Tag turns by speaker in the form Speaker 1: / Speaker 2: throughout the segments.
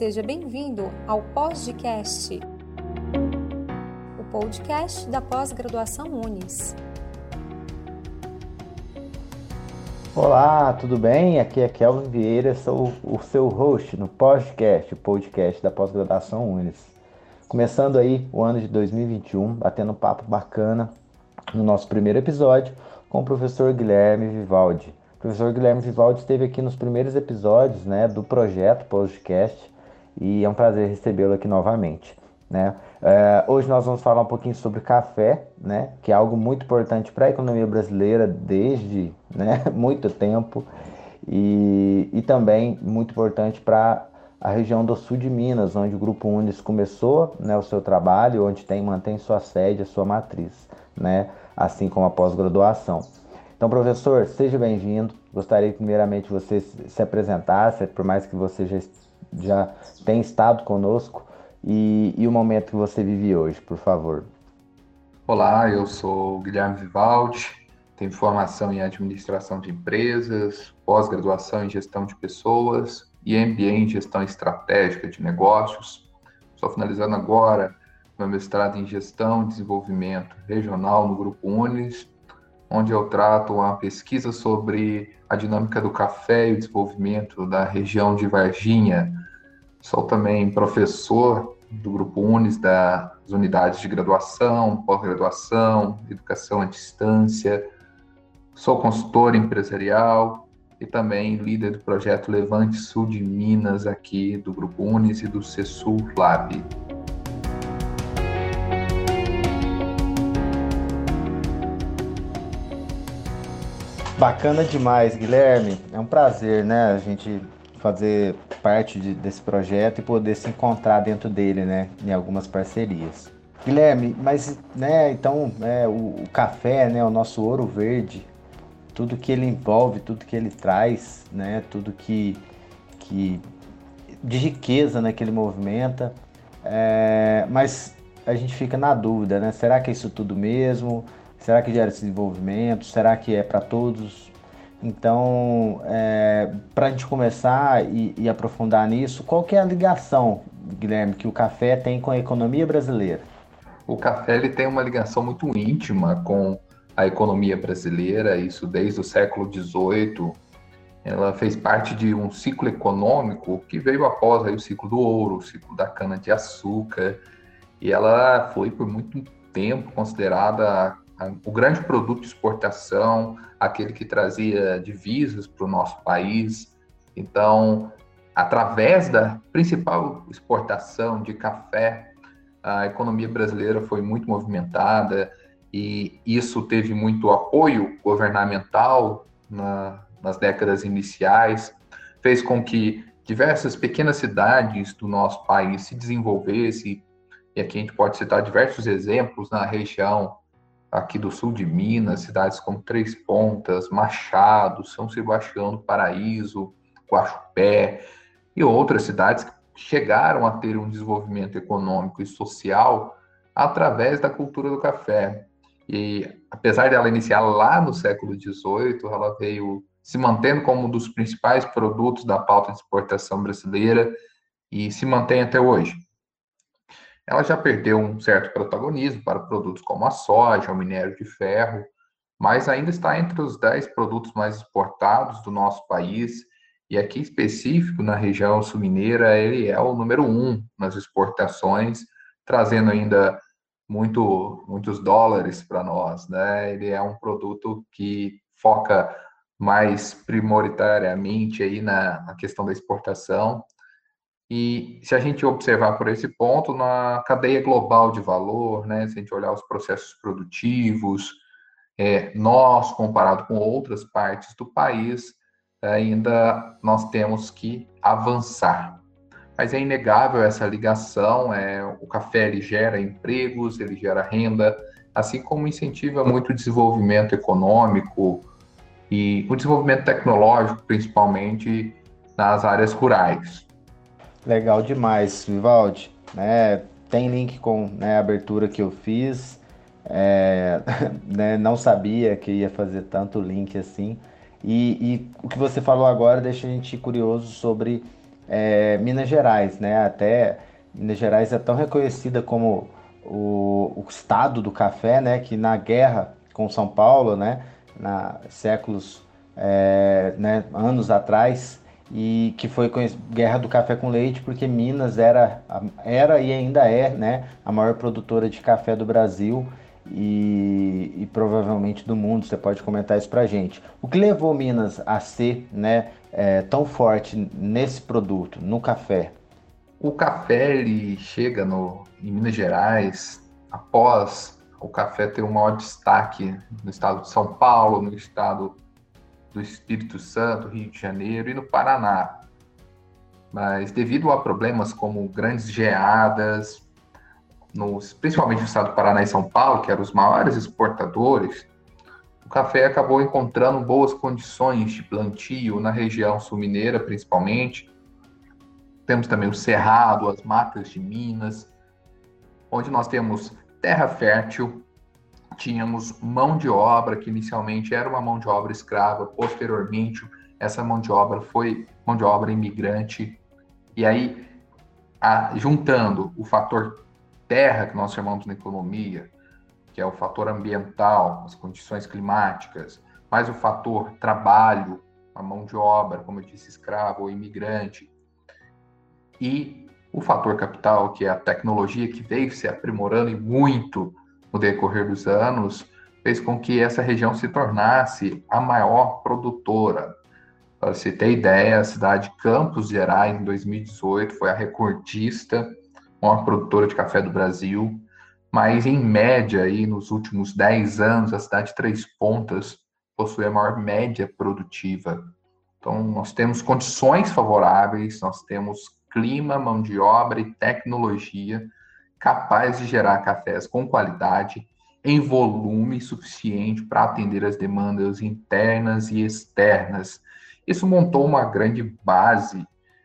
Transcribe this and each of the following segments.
Speaker 1: Seja bem-vindo ao Podcast, o podcast da pós-graduação UNES.
Speaker 2: Olá, tudo bem? Aqui é Kelvin Vieira, sou o seu host no podcast, o podcast da pós-graduação UNES. Começando aí o ano de 2021, batendo um papo bacana no nosso primeiro episódio com o professor Guilherme Vivaldi. O professor Guilherme Vivaldi esteve aqui nos primeiros episódios, né, do projeto podcast e é um prazer recebê-lo aqui novamente, né? Hoje nós vamos falar um pouquinho sobre café, né, que é algo muito importante para a economia brasileira desde, né, muito tempo e também muito importante para a região do sul de Minas, onde o Grupo Unis começou, né, o seu trabalho, onde mantém sua sede, a sua matriz, né, assim como a pós-graduação. Então, professor, seja bem-vindo. Gostaria que primeiramente você se apresentasse, por mais que você já tenha estado conosco, e o momento que você vive hoje, por favor.
Speaker 3: Olá, eu sou o Guilherme Vivaldi, tenho formação em administração de empresas, pós-graduação em gestão de pessoas e MBA em gestão estratégica de negócios. Estou finalizando agora meu mestrado em gestão e desenvolvimento regional no Grupo Unis, onde eu trato uma pesquisa sobre a dinâmica do café e o desenvolvimento da região de Varginha. Sou também professor do Grupo Unis, das unidades de graduação, pós-graduação, educação à distância. Sou consultor empresarial e também líder do projeto Levante Sul de Minas, aqui do Grupo Unis e do CESUL Lab.
Speaker 2: Bacana demais, Guilherme. É um prazer, né, a gente fazer parte desse projeto e poder se encontrar dentro dele, né, em algumas parcerias. Guilherme, mas, né, então, o café, né, o nosso ouro verde, tudo que ele envolve, tudo que ele traz, né, tudo que de riqueza, né, que ele movimenta, mas a gente fica na dúvida, né, será que é isso tudo mesmo? Será que gera esse desenvolvimento? Será que é para todos? Então, para a gente começar e aprofundar nisso, qual que é a ligação, Guilherme, que o café tem com a economia brasileira?
Speaker 3: O café ele tem uma ligação muito íntima com a economia brasileira, isso desde o século XVIII. Ela fez parte de um ciclo econômico que veio após aí o ciclo do ouro, o ciclo da cana-de-açúcar, e ela foi por muito tempo considerada o grande produto de exportação, aquele que trazia divisas para o nosso país. Então, através da principal exportação de café, a economia brasileira foi muito movimentada e isso teve muito apoio governamental nas décadas iniciais, fez com que diversas pequenas cidades do nosso país se desenvolvessem, e aqui a gente pode citar diversos exemplos na região aqui do sul de Minas, cidades como Três Pontas, Machado, São Sebastião do Paraíso, Guaxupé e outras cidades que chegaram a ter um desenvolvimento econômico e social através da cultura do café. E apesar dela iniciar lá no século XVIII, ela veio se mantendo como um dos principais produtos da pauta de exportação brasileira e se mantém até hoje. Ela já perdeu um certo protagonismo para produtos como a soja, o minério de ferro, mas ainda está entre os 10 produtos mais exportados do nosso país, e aqui em específico, na região sul-mineira, ele é o número 1 nas exportações, trazendo ainda muitos dólares para nós, né? Ele é um produto que foca mais prioritariamente aí na questão da exportação. E se a gente observar por esse ponto, na cadeia global de valor, né, se a gente olhar os processos produtivos, nós, comparado com outras partes do país, ainda nós temos que avançar. Mas é inegável essa ligação, o café ele gera empregos, ele gera renda, assim como incentiva muito o desenvolvimento econômico e o desenvolvimento tecnológico, principalmente nas áreas rurais.
Speaker 2: Legal demais, Vivaldi. Tem link com, né, a abertura que eu fiz. Né, não sabia que ia fazer tanto link assim. E o que você falou agora deixa a gente curioso sobre Minas Gerais, né? Até Minas Gerais é tão reconhecida como o estado do café, né? Que na guerra com São Paulo, né? Séculos, né? Anos atrás, e que foi Guerra do Café com Leite, porque Minas era e ainda é, né? A maior produtora de café do Brasil e provavelmente do mundo. Você pode comentar isso pra gente. O que levou Minas a ser, né, tão forte nesse produto, no café?
Speaker 3: O café ele chega em Minas Gerais após o café ter um maior destaque no estado de São Paulo, no estado do Espírito Santo, Rio de Janeiro e no Paraná. Mas devido a problemas como grandes geadas, principalmente no estado do Paraná e São Paulo, que eram os maiores exportadores, o café acabou encontrando boas condições de plantio na região sul-mineira, principalmente. Temos também o Cerrado, as matas de Minas, onde nós temos terra fértil, tínhamos mão de obra, que inicialmente era uma mão de obra escrava, posteriormente essa mão de obra foi mão de obra imigrante, e aí, juntando o fator terra, que nós chamamos na economia, que é o fator ambiental, as condições climáticas, mais o fator trabalho, a mão de obra, como eu disse, escravo ou imigrante, e o fator capital, que é a tecnologia que veio se aprimorando e muito no decorrer dos anos, fez com que essa região se tornasse a maior produtora. Para você ter ideia, a cidade de Campos Gerais, em 2018, foi a recordista, maior produtora de café do Brasil, mas em média, aí, nos últimos 10 anos, a cidade de Três Pontas possui a maior média produtiva. Então, nós temos condições favoráveis, nós temos clima, mão de obra e tecnologia capaz de gerar cafés com qualidade, em volume suficiente para atender as demandas internas e externas. Isso montou uma grande base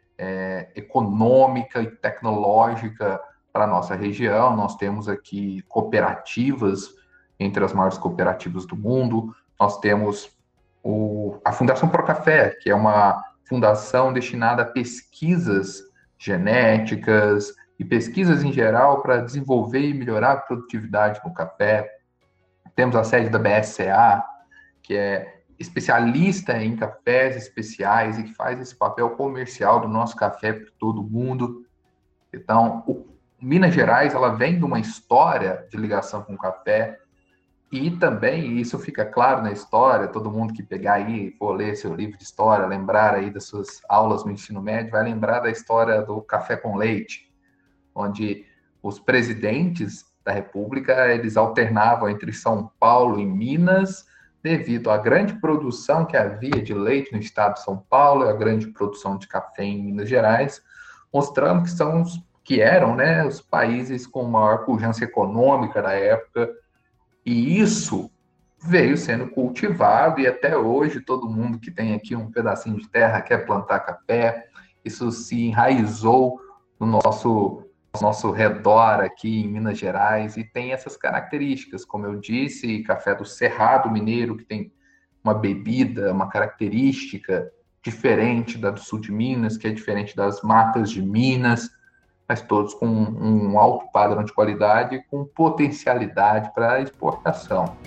Speaker 3: econômica e tecnológica para a nossa região. Nós temos aqui cooperativas, entre as maiores cooperativas do mundo. Nós temos a Fundação Procafé, que é uma fundação destinada a pesquisas genéticas e pesquisas em geral para desenvolver e melhorar a produtividade no café. Temos a sede da BSCA, que é especialista em cafés especiais e que faz esse papel comercial do nosso café para todo mundo. Então, Minas Gerais, ela vem de uma história de ligação com o café e também, isso fica claro na história, todo mundo que pegar aí, for ler seu livro de história, lembrar aí das suas aulas no ensino médio, vai lembrar da história do café com leite, onde os presidentes da República, eles alternavam entre São Paulo e Minas, devido à grande produção que havia de leite no estado de São Paulo e a grande produção de café em Minas Gerais, mostrando que eram, né, os países com maior pujança econômica da época, e isso veio sendo cultivado, e até hoje todo mundo que tem aqui um pedacinho de terra quer plantar café. Isso se enraizou no nosso redor aqui em Minas Gerais, e tem essas características, como eu disse, café do Cerrado Mineiro, que tem uma bebida, uma característica diferente da do sul de Minas, que é diferente das matas de Minas, mas todos com um alto padrão de qualidade e com potencialidade para exportação.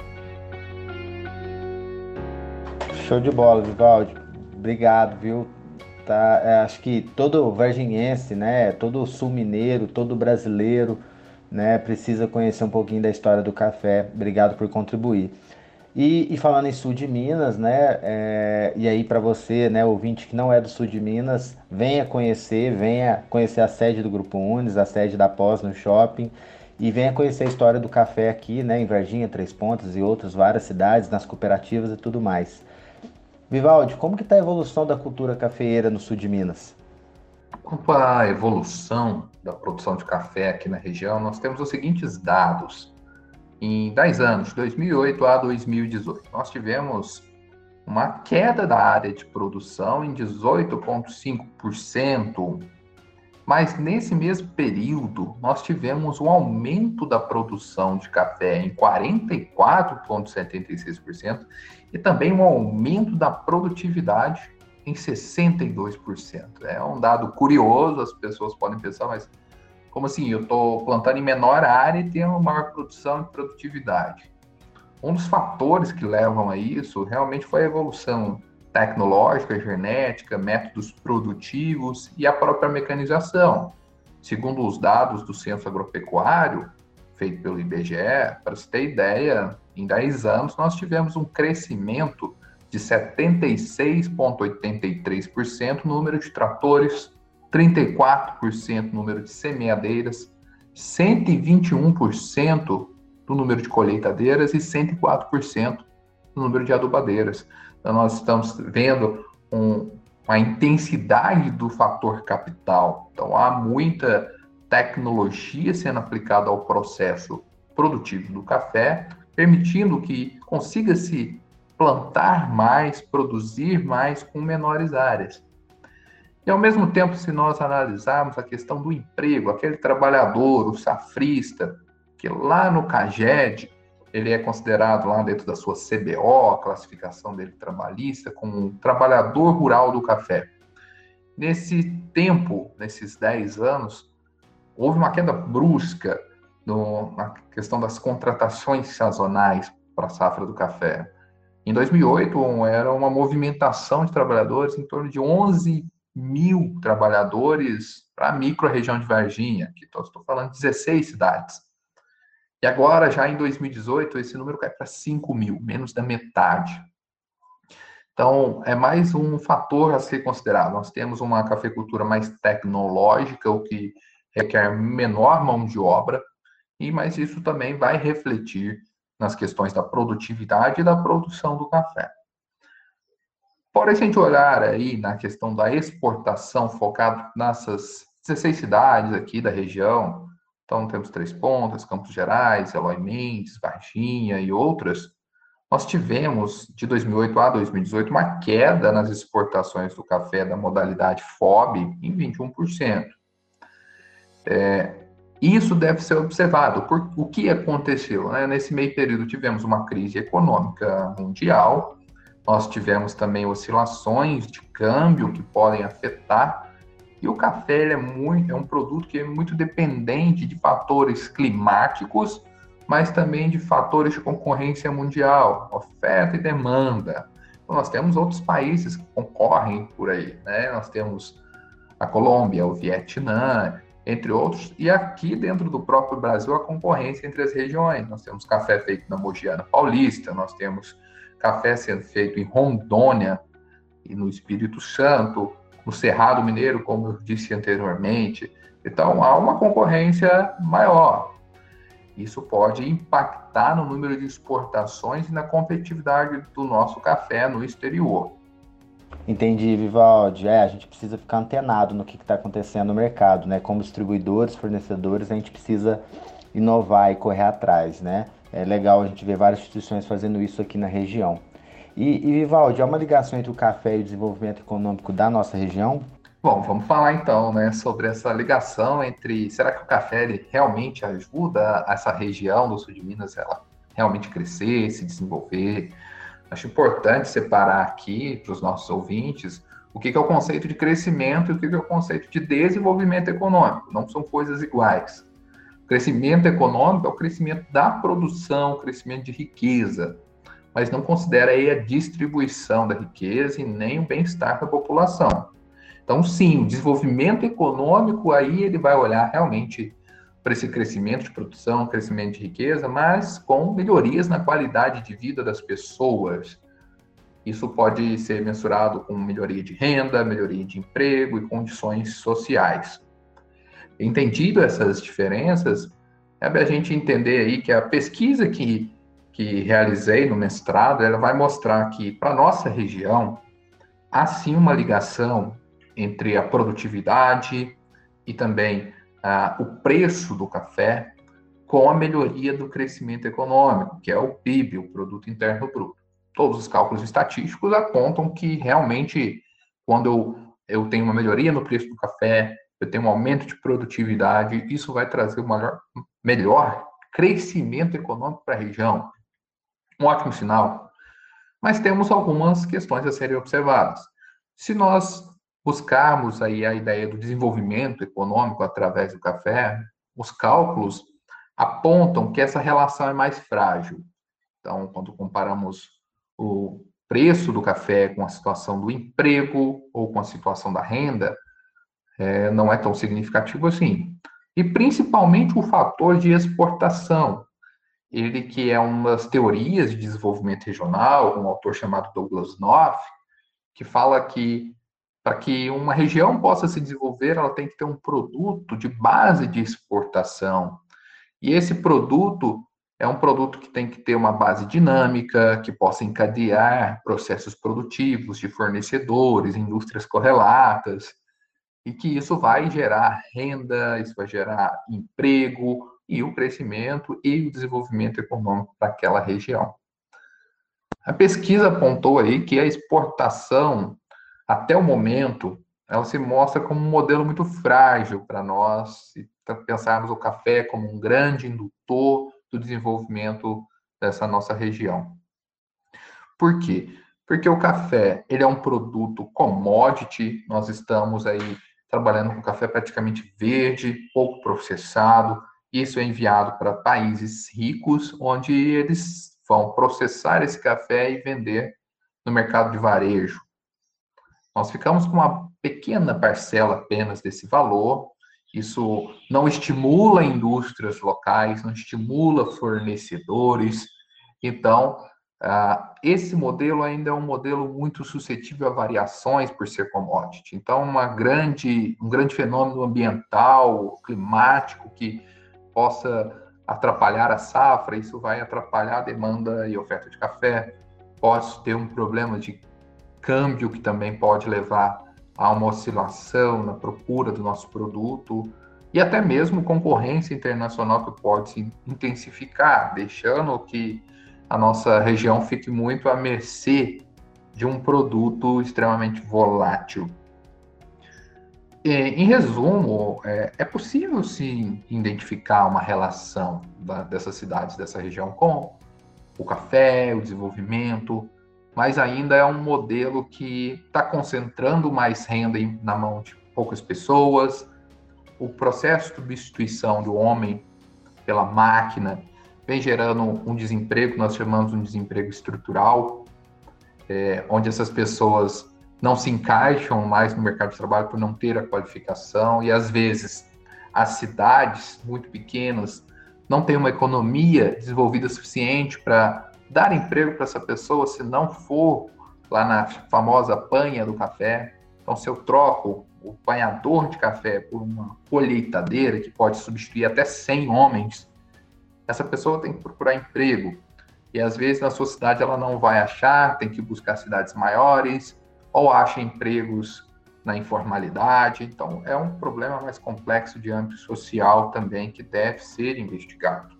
Speaker 2: Show de bola, Vivaldi. Obrigado, viu? Tá, acho que todo varginhense, né, todo sul mineiro, todo brasileiro, né, precisa conhecer um pouquinho da história do café. Obrigado por contribuir. E falando em sul de Minas, né, e aí para você, né, ouvinte que não é do sul de Minas, venha conhecer a sede do Grupo Unis, a sede da Pós no shopping, e venha conhecer a história do café aqui, né, em Varginha, Três Pontas e outras várias cidades, nas cooperativas e tudo mais. Vivaldi, como que está a evolução da cultura cafeeira no sul de Minas?
Speaker 3: Quanto à evolução da produção de café aqui na região, nós temos os seguintes dados. Em 10 anos, de 2008 a 2018, nós tivemos uma queda da área de produção em 18,5%, mas nesse mesmo período, nós tivemos um aumento da produção de café em 44,76% e também um aumento da produtividade em 62%. É um dado curioso, as pessoas podem pensar, mas como assim? Eu estou plantando em menor área e tenho maior produção e produtividade. Um dos fatores que levam a isso realmente foi a evolução tecnológica, genética, métodos produtivos e a própria mecanização. Segundo os dados do Censo Agropecuário, feito pelo IBGE, para você ter ideia, em 10 anos nós tivemos um crescimento de 76,83% no número de tratores, 34% no número de semeadeiras, 121% do número de colheitadeiras e 104% no número de adubadeiras. Então, nós estamos vendo uma intensidade do fator capital. Então, há muita tecnologia sendo aplicada ao processo produtivo do café, permitindo que consiga se plantar mais, produzir mais com menores áreas. E, ao mesmo tempo, se nós analisarmos a questão do emprego, aquele trabalhador, o safrista, que lá no CAGED, ele é considerado lá dentro da sua CBO, a classificação dele trabalhista, como um trabalhador rural do café. Nesse tempo, nesses 10 anos, houve uma queda brusca na questão das contratações sazonais para a safra do café. Em 2008, era uma movimentação de trabalhadores em torno de 11 mil trabalhadores para a micro-região de Varginha, que estou falando de 16 cidades. E agora, já em 2018, esse número cai para 5 mil, menos da metade. Então, é mais um fator a ser considerado. Nós temos uma cafeicultura mais tecnológica, o que requer menor mão de obra, mas isso também vai refletir nas questões da produtividade e da produção do café. Porém, se a gente olhar aí na questão da exportação, focado nessas 16 cidades aqui da região, então temos Três Pontas, Campos Gerais, Eloy Mendes, Varginha e outras, nós tivemos, de 2008 a 2018, uma queda nas exportações do café da modalidade FOB em 21%. Isso deve ser observado. O que aconteceu? Né? Nesse meio período tivemos uma crise econômica mundial, nós tivemos também oscilações de câmbio que podem afetar, e o café ele é um produto que é muito dependente de fatores climáticos, mas também de fatores de concorrência mundial, oferta e demanda. Então, nós temos outros países que concorrem por aí, né? Nós temos a Colômbia, o Vietnã, entre outros, e aqui dentro do próprio Brasil a concorrência entre as regiões. Nós temos café feito na Mogiana Paulista, nós temos café sendo feito em Rondônia e no Espírito Santo, no Cerrado Mineiro, como eu disse anteriormente. Então, há uma concorrência maior. Isso pode impactar no número de exportações e na competitividade do nosso café no exterior.
Speaker 2: Entendi, Vivaldi. A gente precisa ficar antenado no que está acontecendo no mercado, né? Como distribuidores, fornecedores, a gente precisa inovar e correr atrás, né? É legal a gente ver várias instituições fazendo isso aqui na região. E Vivaldi, há uma ligação entre o café e o desenvolvimento econômico da nossa região?
Speaker 3: Bom, vamos falar então, né, sobre essa ligação entre, será que o café ele realmente ajuda essa região do sul de Minas ela realmente crescer, se desenvolver? Acho importante separar aqui para os nossos ouvintes o que é o conceito de crescimento e o que é o conceito de desenvolvimento econômico. Não são coisas iguais. O crescimento econômico é o crescimento da produção, o crescimento de riqueza, mas não considera aí a distribuição da riqueza e nem o bem-estar da população. Então, sim, o desenvolvimento econômico aí ele vai olhar realmente para esse crescimento de produção, crescimento de riqueza, mas com melhorias na qualidade de vida das pessoas. Isso pode ser mensurado com melhoria de renda, melhoria de emprego e condições sociais. Entendido essas diferenças, cabe a gente entender aí que a pesquisa que realizei no mestrado, ela vai mostrar que para a nossa região há sim uma ligação entre a produtividade e também o preço do café com a melhoria do crescimento econômico, que é o PIB, o Produto Interno Bruto. Todos os cálculos estatísticos apontam que realmente, quando eu tenho uma melhoria no preço do café, eu tenho um aumento de produtividade, isso vai trazer um melhor crescimento econômico para a região. Um ótimo sinal. Mas temos algumas questões a serem observadas. Se nós buscarmos aí a ideia do desenvolvimento econômico através do café, os cálculos apontam que essa relação é mais frágil. Então, quando comparamos o preço do café com a situação do emprego ou com a situação da renda, não é tão significativo assim. E principalmente o fator de exportação, ele que é uma das teorias de desenvolvimento regional, um autor chamado Douglas North, que fala que para que uma região possa se desenvolver, ela tem que ter um produto de base de exportação. E esse produto é um produto que tem que ter uma base dinâmica, que possa encadear processos produtivos de fornecedores, indústrias correlatas, e que isso vai gerar renda, isso vai gerar emprego e o crescimento e o desenvolvimento econômico para aquela região. A pesquisa apontou aí que a exportação, até o momento, ela se mostra como um modelo muito frágil para nós, se pensarmos o café como um grande indutor do desenvolvimento dessa nossa região. Por quê? Porque o café, ele é um produto commodity, nós estamos aí trabalhando com café praticamente verde, pouco processado, isso é enviado para países ricos, onde eles vão processar esse café e vender no mercado de varejo. Nós ficamos com uma pequena parcela apenas desse valor, isso não estimula indústrias locais, não estimula fornecedores, então esse modelo ainda é um modelo muito suscetível a variações por ser commodity. Então, um grande fenômeno ambiental, climático, que possa atrapalhar a safra, isso vai atrapalhar a demanda e oferta de café. Pode ter um problema de câmbio que também pode levar a uma oscilação na procura do nosso produto e até mesmo concorrência internacional que pode se intensificar, deixando que a nossa região fique muito à mercê de um produto extremamente volátil. Em resumo, é possível sim identificar uma relação dessas cidades, dessa região com o café, o desenvolvimento, mas ainda é um modelo que está concentrando mais renda na mão de poucas pessoas. O processo de substituição do homem pela máquina vem gerando um desemprego, nós chamamos de um desemprego estrutural, onde essas pessoas não se encaixam mais no mercado de trabalho por não ter a qualificação, e às vezes as cidades muito pequenas não têm uma economia desenvolvida suficiente para dar emprego para essa pessoa, se não for lá na famosa panha do café. Então, se eu troco o panhador de café por uma colheitadeira, que pode substituir até 100 homens, essa pessoa tem que procurar emprego. E às vezes na sua cidade ela não vai achar, tem que buscar cidades maiores, ou acha empregos na informalidade. Então é um problema mais complexo de âmbito social também que deve ser investigado.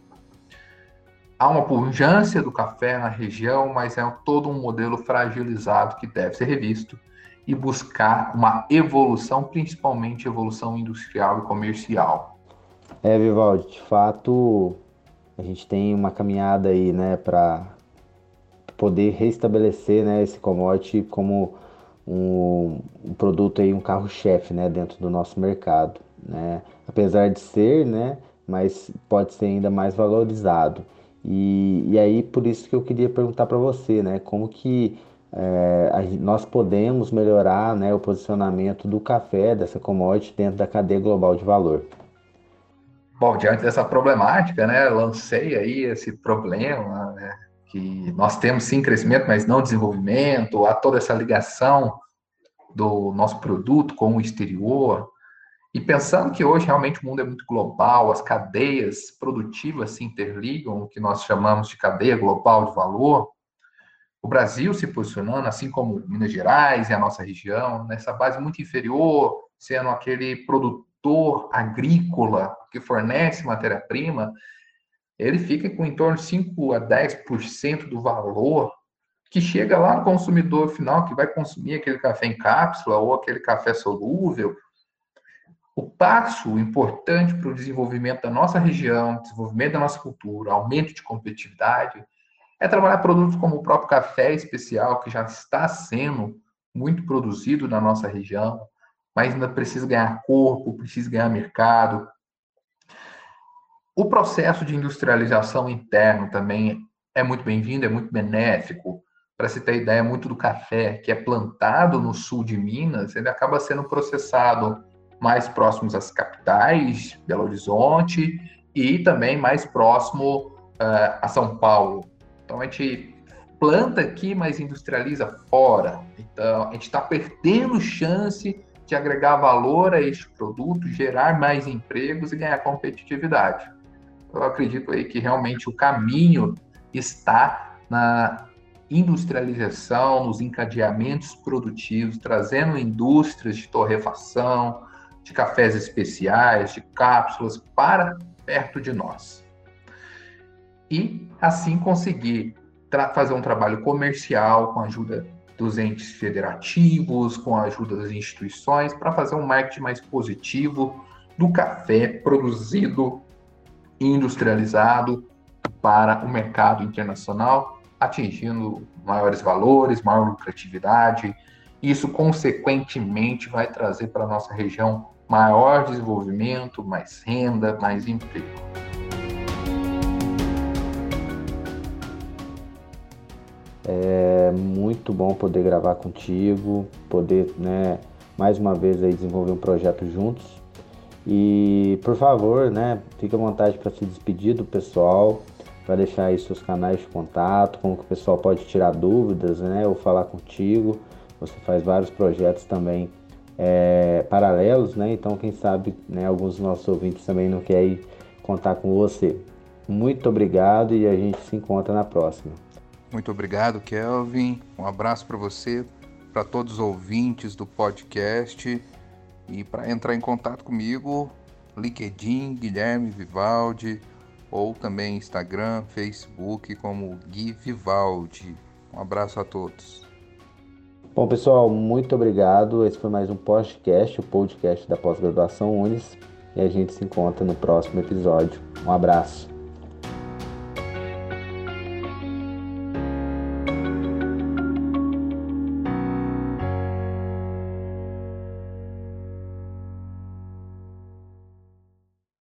Speaker 3: Há uma pujança do café na região, mas é todo um modelo fragilizado que deve ser revisto e buscar uma evolução, principalmente evolução industrial e comercial.
Speaker 2: Vivaldi, de fato, a gente tem uma caminhada aí, né, para poder restabelecer, né, esse commodity como um produto aí, um carro-chefe, né, dentro do nosso mercado, né, apesar de ser, né, mas pode ser ainda mais valorizado. E aí, por isso que eu queria perguntar para você, né, como que nós podemos melhorar, né, o posicionamento do café, dessa commodity, dentro da cadeia global de valor.
Speaker 3: Bom, diante dessa problemática, né, lancei aí esse problema, né, que nós temos sim crescimento, mas não desenvolvimento, há toda essa ligação do nosso produto com o exterior, e pensando que hoje realmente o mundo é muito global, as cadeias produtivas se interligam, o que nós chamamos de cadeia global de valor, o Brasil se posicionando, assim como Minas Gerais e a nossa região, nessa base muito inferior, sendo aquele produtor agrícola que fornece matéria-prima, ele fica com em torno de 5 a 10% do valor que chega lá no consumidor final, que vai consumir aquele café em cápsula ou aquele café solúvel. O passo importante para o desenvolvimento da nossa região, desenvolvimento da nossa cultura, aumento de competitividade, é trabalhar produtos como o próprio café especial, que já está sendo muito produzido na nossa região, mas ainda precisa ganhar corpo, precisa ganhar mercado. O processo de industrialização interno também é muito bem-vindo, é muito benéfico. Para se ter ideia, muito do café que é plantado no sul de Minas, ele acaba sendo processado mais próximos às capitais, Belo Horizonte, e também mais próximo a São Paulo. Então, a gente planta aqui, mas industrializa fora. Então, a gente está perdendo chance de agregar valor a este produto, gerar mais empregos e ganhar competitividade. Eu acredito aí que realmente o caminho está na industrialização, nos encadeamentos produtivos, trazendo indústrias de torrefação, de cafés especiais, de cápsulas para perto de nós. E assim conseguir fazer um trabalho comercial com a ajuda dos entes federativos, com a ajuda das instituições, para fazer um marketing mais positivo do café produzido industrializado para o mercado internacional, atingindo maiores valores, maior lucratividade. Isso, consequentemente, vai trazer para a nossa região maior desenvolvimento, mais renda, mais emprego.
Speaker 2: É muito bom poder gravar contigo, poder, mais uma vez aí desenvolver um projeto juntos. E, por favor, fique à vontade para se despedir do pessoal, para deixar aí seus canais de contato, como que o pessoal pode tirar dúvidas, ou falar contigo. Você faz vários projetos também paralelos, então quem sabe alguns dos nossos ouvintes também não querem contar com você. Muito obrigado e a gente se encontra na próxima.
Speaker 4: Muito obrigado, Kelvin. Um abraço para você, para todos os ouvintes do podcast. E para entrar em contato comigo, LinkedIn, Guilherme Vivaldi, ou também Instagram, Facebook, como Gui Vivaldi. Um abraço a todos.
Speaker 2: Bom, pessoal, muito obrigado. Esse foi mais um podcast, o podcast da pós-graduação Unis. E a gente se encontra no próximo episódio. Um abraço.